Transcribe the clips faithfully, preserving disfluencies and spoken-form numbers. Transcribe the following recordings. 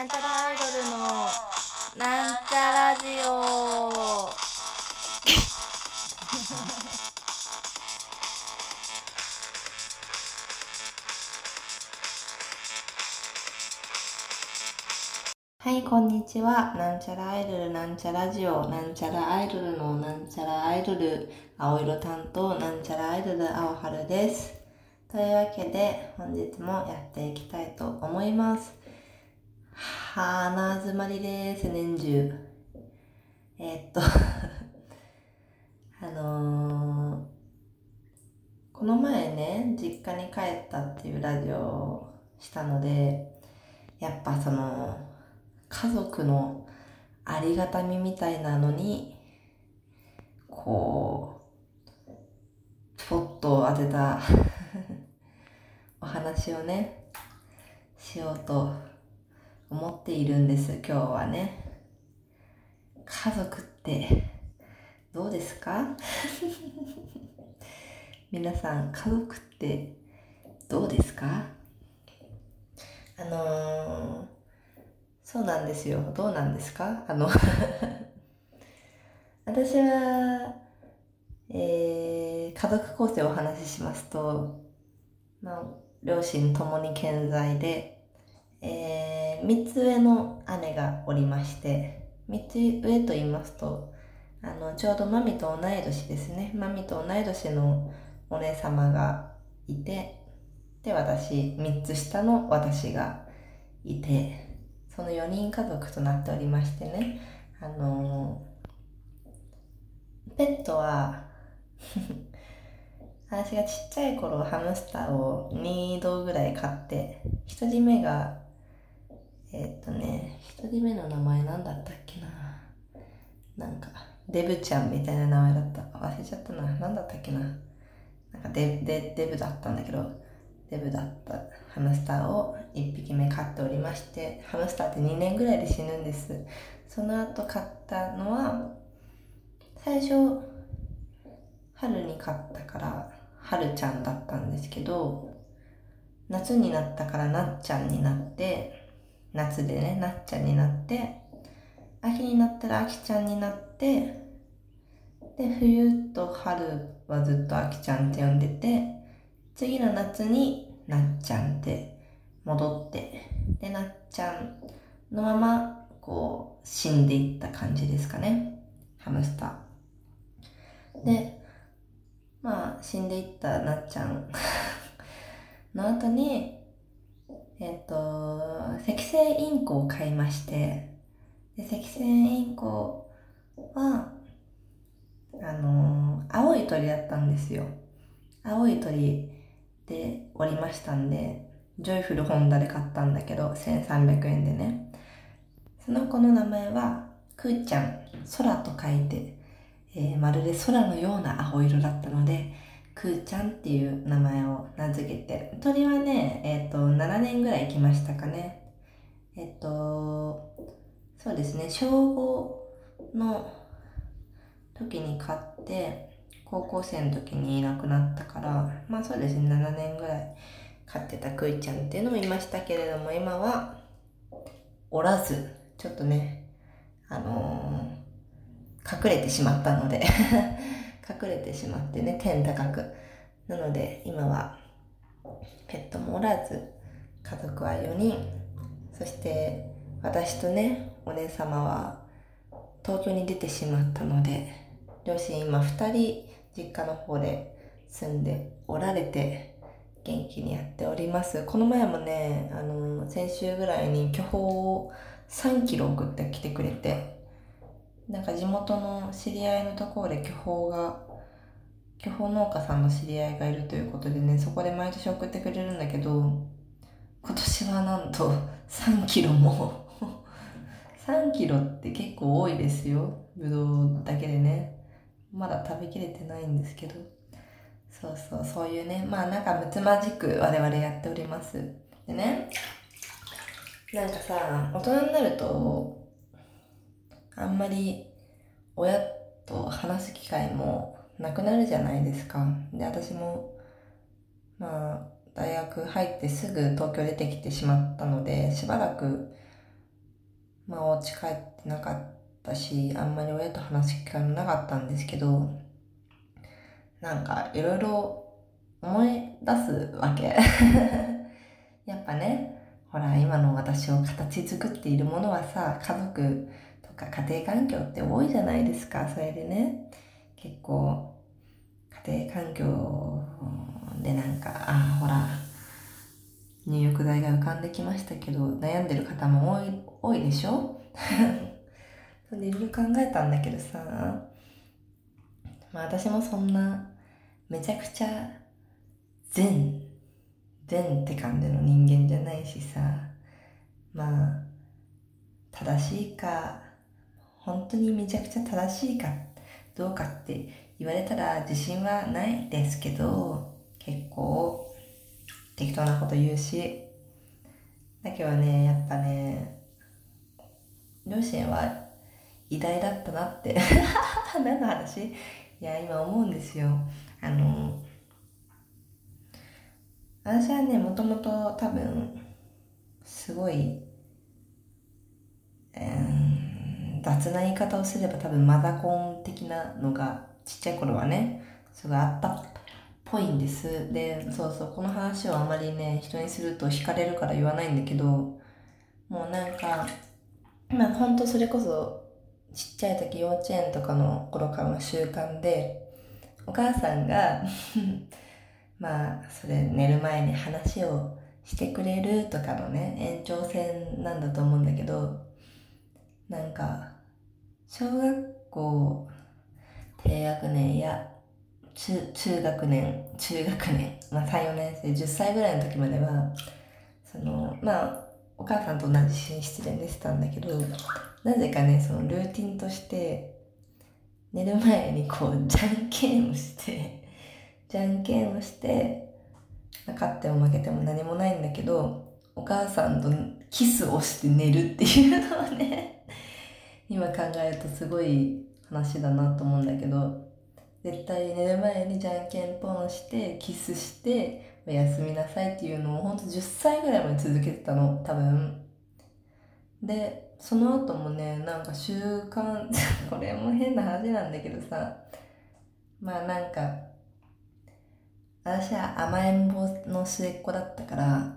なんちゃらアイドルのなんちゃラジオ。はい、こんにちは。なんちゃらアイドルなんちゃラジオ、なんちゃらアイドルのなんちゃらアイドル、青色担当なんちゃらアイドル青春です。というわけで本日もやっていきたいと思います。鼻詰まりです、年中。えー、っとあのー、この前ね、実家に帰ったっていうラジオをしたので、やっぱその家族のありがたみみたいなのにこうスポットを当てたお話をねしようと思っているんです。今日はね、家族ってどうですか？皆さん、家族ってどうですか？あのー、そうなんですよ。どうなんですか？あの私は、えー、家族構成をお話ししますと、まあ、両親ともに健在で、えー、みっつ上の姉がおりまして、みっつ上と言いますと、あの、ちょうどマミと同い年ですね。マミと同い年のお姉様がいて、で、私、みっつ下の私がいて、そのよにん家族となっておりましてね、あのー、ペットは私がちっちゃい頃ハムスターをにどぐらい飼って、ひとりめがえーっとね、一人目の名前なんだったっけな。なんか、デブちゃんみたいな名前だった。忘れちゃったな。なんだったっけな。なんかデ、デ、デブだったんだけど、デブだったハムスターをいっぴきめ飼っておりまして、ハムスターってにねんぐらいで死ぬんです。その後飼ったのは、最初、春に飼ったから、春ちゃんだったんですけど、夏になったからなっちゃんになって、夏でね、なっちゃんになって、秋になったらあきちゃんになって、で、冬と春はずっとあきちゃんって呼んでて、次の夏になっちゃんって戻って、で、なっちゃんのまま、こう、死んでいった感じですかね。ハムスター。で、まあ、死んでいったなっちゃんの後に、えっと、赤星インコを買いまして、で赤星インコは、あのー、青い鳥だったんですよ。青い鳥でおりましたんで、ジョイフルホンダで買ったんだけど、せんさんびゃくえんでね。その子の名前は、くーちゃん、空と書いて、えー、まるで空のような青色だったので、くーちゃんっていう名前を名付けて、鳥はね、えっと、ななねんぐらい生きましたかね。えっと、そうですね、小ごの時に買って、高校生の時にいなくなったから、まあそうですね、ななねんぐらい飼ってたクイちゃんっていうのもいましたけれども、今はおらず、ちょっとね、あのー、隠れてしまったので隠れてしまってね、天高く。なので、今はペットもおらず、家族はよにん、そして私とね、お姉様は東京に出てしまったので、両親今ふたり実家の方で住んでおられて元気にやっております。この前もね、あの先週ぐらいに巨峰をさんキロ送ってきてくれて、なんか地元の知り合いのところで巨峰が巨峰農家さんの知り合いがいるということでね、そこで毎年送ってくれるんだけど、今年はなんとさんキロもさんキロって結構多いですよ。ぶどうだけでね。まだ食べきれてないんですけど。そうそう、そういうね、まあなんかむつまじく我々やっております。でね、なんかさ、大人になると、あんまり親と話す機会もなくなるじゃないですか。で、私も、まあ、大学入ってすぐ東京出てきてしまったので、しばらくまあお家帰ってなかったし、あんまり親と話す機会もなかったんですけど、なんかいろいろ思い出すわけ。やっぱね、ほら今の私を形作っているものはさ、家族とか家庭環境って多いじゃないですか。それでね、結構家庭環境でなんか、ああほら、入浴剤が浮かんできましたけど、悩んでる方も多い、多いでしょ。それでいろいろ考えたんだけどさ、まあ私もそんなめちゃくちゃ善、善って感じの人間じゃないしさ、まあ正しいか、本当にめちゃくちゃ正しいかどうかって言われたら自信はないですけど、結構適当なこと言うし、だけどね、やっぱね、両親は偉大だったなって何の話。いや今思うんですよ。あの私はね、もともと多分すごい、えー、雑な言い方をすれば多分マザコン的なのがちっちゃい頃はねすごいあったっぽいんです。で、そうそう、この話をあまりね人にすると惹かれるから言わないんだけど、もうなんかまあ本当それこそちっちゃい時幼稚園とかの頃からの習慣で、お母さんがまあそれ寝る前に話をしてくれるとかのね延長線なんだと思うんだけど、なんか小学校低学年や中中学年中学年、まあ、さん、よねん生じゅっさいぐらいの時まではそのまあお母さんと同じ寝室で寝てたんだけど、なぜかねそのルーティンとして寝る前にこうじゃんけんをしてじゃんけんをして勝っても負けても何もないんだけど、お母さんとキスをして寝るっていうのをね今考えるとすごい話だなと思うんだけど、絶対寝る前にじゃんけんぽんしてキスしておやすみなさいっていうのをほんとじゅっさいぐらいまで続けてたの多分。でその後もねなんか習慣これも変な話なんだけどさ、まあなんか私は甘えん坊の末っ子だったから、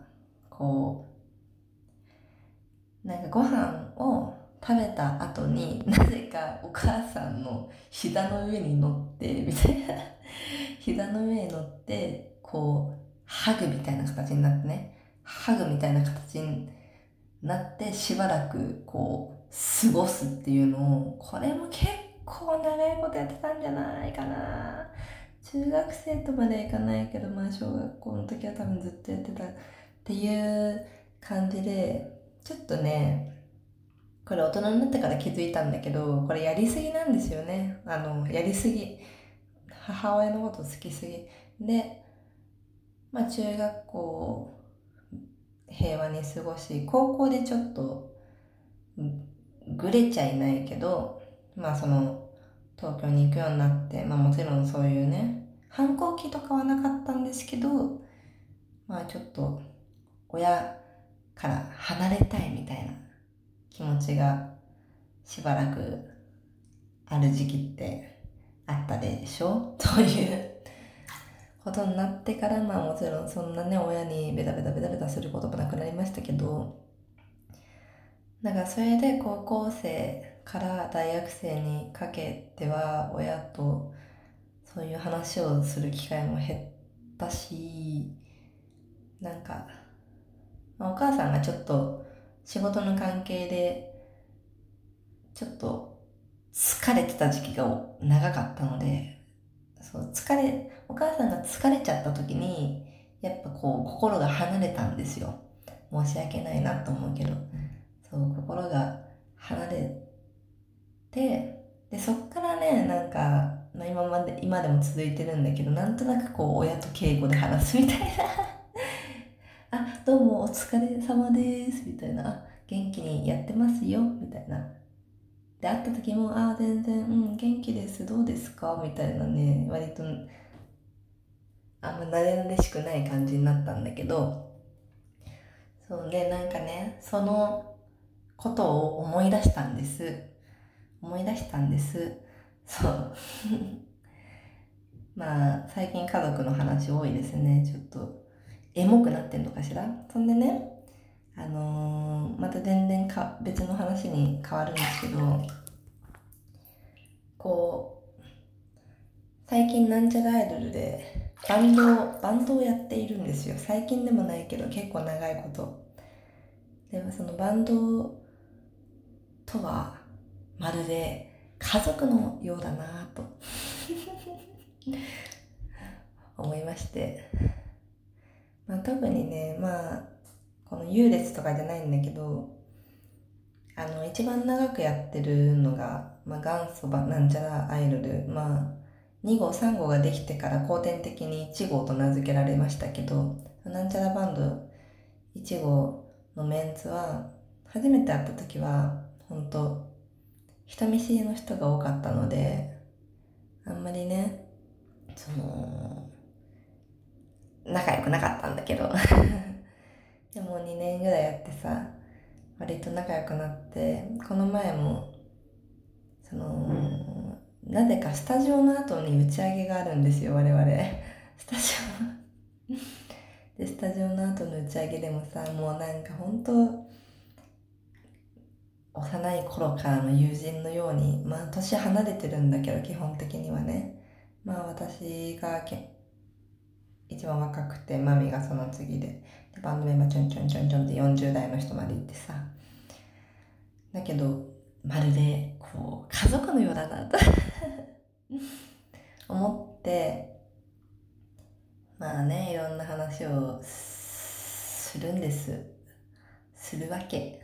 こうなんかご飯を食べた後になぜかお母さんの膝の上に乗ってみたいな膝の上に乗ってこうハグみたいな形になってねハグみたいな形になってしばらくこう過ごすっていうのを、これも結構長いことやってたんじゃないかな。中学生とまではいかないけど、まあ小学校の時は多分ずっとやってたっていう感じで、ちょっとねこれ大人になってから気づいたんだけど、これやりすぎなんですよね。あのやりすぎ、母親のこと好きすぎで、まあ中学校平和に過ごし、高校でちょっとぐれちゃいないけど、まあその東京に行くようになって、まあもちろんそういうね反抗期とかはなかったんですけど、まあちょっと親から離れたいみたいな気持ちがしばらくある時期ってあったでしょということになってから、まあもちろんそんなね親にベタベタベタベタすることもなくなりましたけど、だからそれで高校生から大学生にかけては親とそういう話をする機会も減ったし、なんか、まあ、お母さんがちょっと仕事の関係でちょっと疲れてた時期が長かったので、そう疲れお母さんが疲れちゃった時にやっぱこう心が離れたんですよ。申し訳ないなと思うけど、そう心が離れて、でそっからねなんか、まあ、今まで今でも続いてるんだけど、なんとなくこう親と敬語で話すみたいなあどうもお疲れ様ですみたいな、あ元気にやってますよみたいな、で会った時もあ全然うん元気ですどうですかみたいなね、割とあんま慣れ慣れしくない感じになったんだけど、そうねなんかねそのことを思い出したんです。思い出したんです。そう。まあ、最近家族の話多いですね。ちょっと、エモくなってんのかしら。そんでね、あのー、また全然か別の話に変わるんですけど、こう、最近なんちゃらアイドルでバンドを、バンドをやっているんですよ。最近でもないけど結構長いこと。でもそのバンドとはまるで家族のようだなぁと思いまして。まあ特にね、まあ、この優劣とかじゃないんだけど、あの、一番長くやってるのが、まあ元祖ばなんちゃらアイドル、まあ、に号、さん号ができてから後天的にいち号と名付けられましたけど、なんちゃらバンドいち号のメンツは、初めて会った時は、ほんと、人見知りの人が多かったので、あんまりね、その、仲良くなかったんだけど、でもにねんぐらいやってさ、割と仲良くなって、この前も、その、なぜかスタジオの後に打ち上げがあるんですよ、我々。スタジオで、スタジオの後の打ち上げでもさ、もうなんか本当幼い頃からの友人のように、まあ年離れてるんだけど、基本的にはね。まあ私がけ一番若くて、マミがその次で、でバンドメンバーちょんちょんちょんちょんってよんじゅう代の人まで行ってさ。だけど、まるで、こう、家族のようだなと思って、まあね、いろんな話をするんです。するわけ。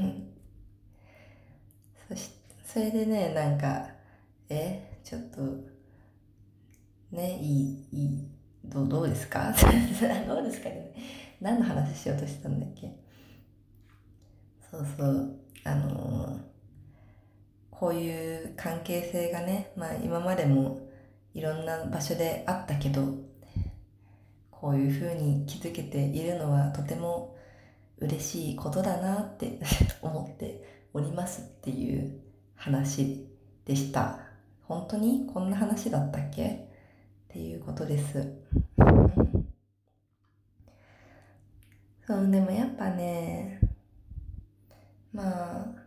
そし、それでね、なんか、え、ちょっと、ね、いい、いい、どう、どうですかどうですかね。何の話しようとしたんだっけ。そうそう、あのーこういう関係性がね、まあ今までもいろんな場所であったけど、こういう風に気づけているのはとても嬉しいことだなって思っておりますっていう話でした。本当にこんな話だったっけっていうことです。そう、でもやっぱね、まあ、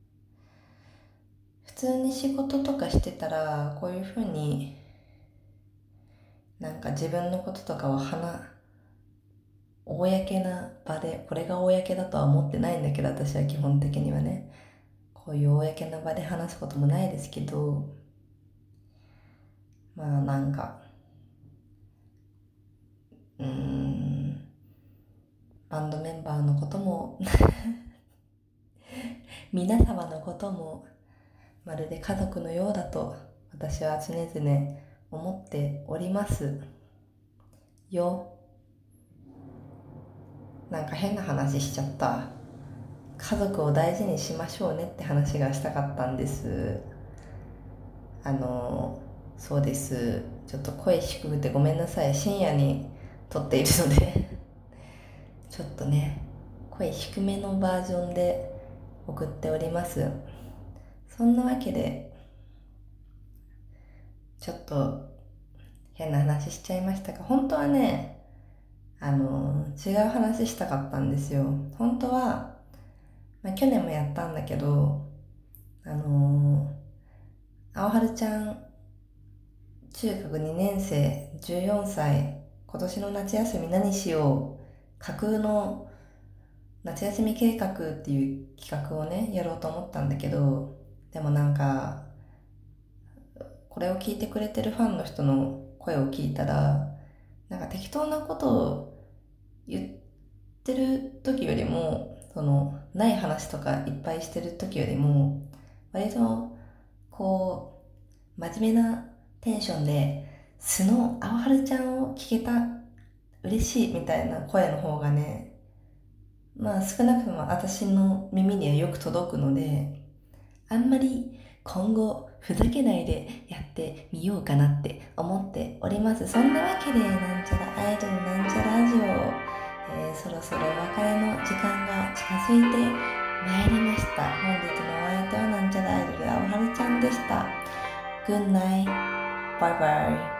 普通に仕事とかしてたら、こういう風になんか自分のこととかを話、公な場で、これが公だとは思ってないんだけど、私は基本的にはね、こういう公な場で話すこともないですけど、まあなんか、うーん、バンドメンバーのことも皆様のこともまるで家族のようだと私は常々思っておりますよ。なんか変な話しちゃった。家族を大事にしましょうねって話がしたかったんです。あのそうです。ちょっと声低くてごめんなさい。深夜に撮っているのでちょっとね、声低めのバージョンで送っております。そんなわけで、ちょっと変な話しちゃいましたが、本当はね、あの、違う話したかったんですよ。本当は、まあ、去年もやったんだけど、あの、青春ちゃん、中学にねん生、じゅうよんさい、今年の夏休み何しよう、架空の夏休み計画っていう企画をね、やろうと思ったんだけど、でもなんか、これを聞いてくれてるファンの人の声を聞いたら、なんか適当なことを言ってる時よりも、その、ない話とかいっぱいしてる時よりも、割と、こう、真面目なテンションで、素の青春ちゃんを聞けた、嬉しいみたいな声の方がね、まあ少なくとも私の耳にはよく届くので、あんまり今後ふざけないでやってみようかなって思っております。そんなわけで、なんちゃらアイドルなんちゃらラジオ、えーそろそろお別れの時間が近づいて参りました。本日のお相手はなんちゃらアイドルあおはるちゃんでした。Good night. Bye bye.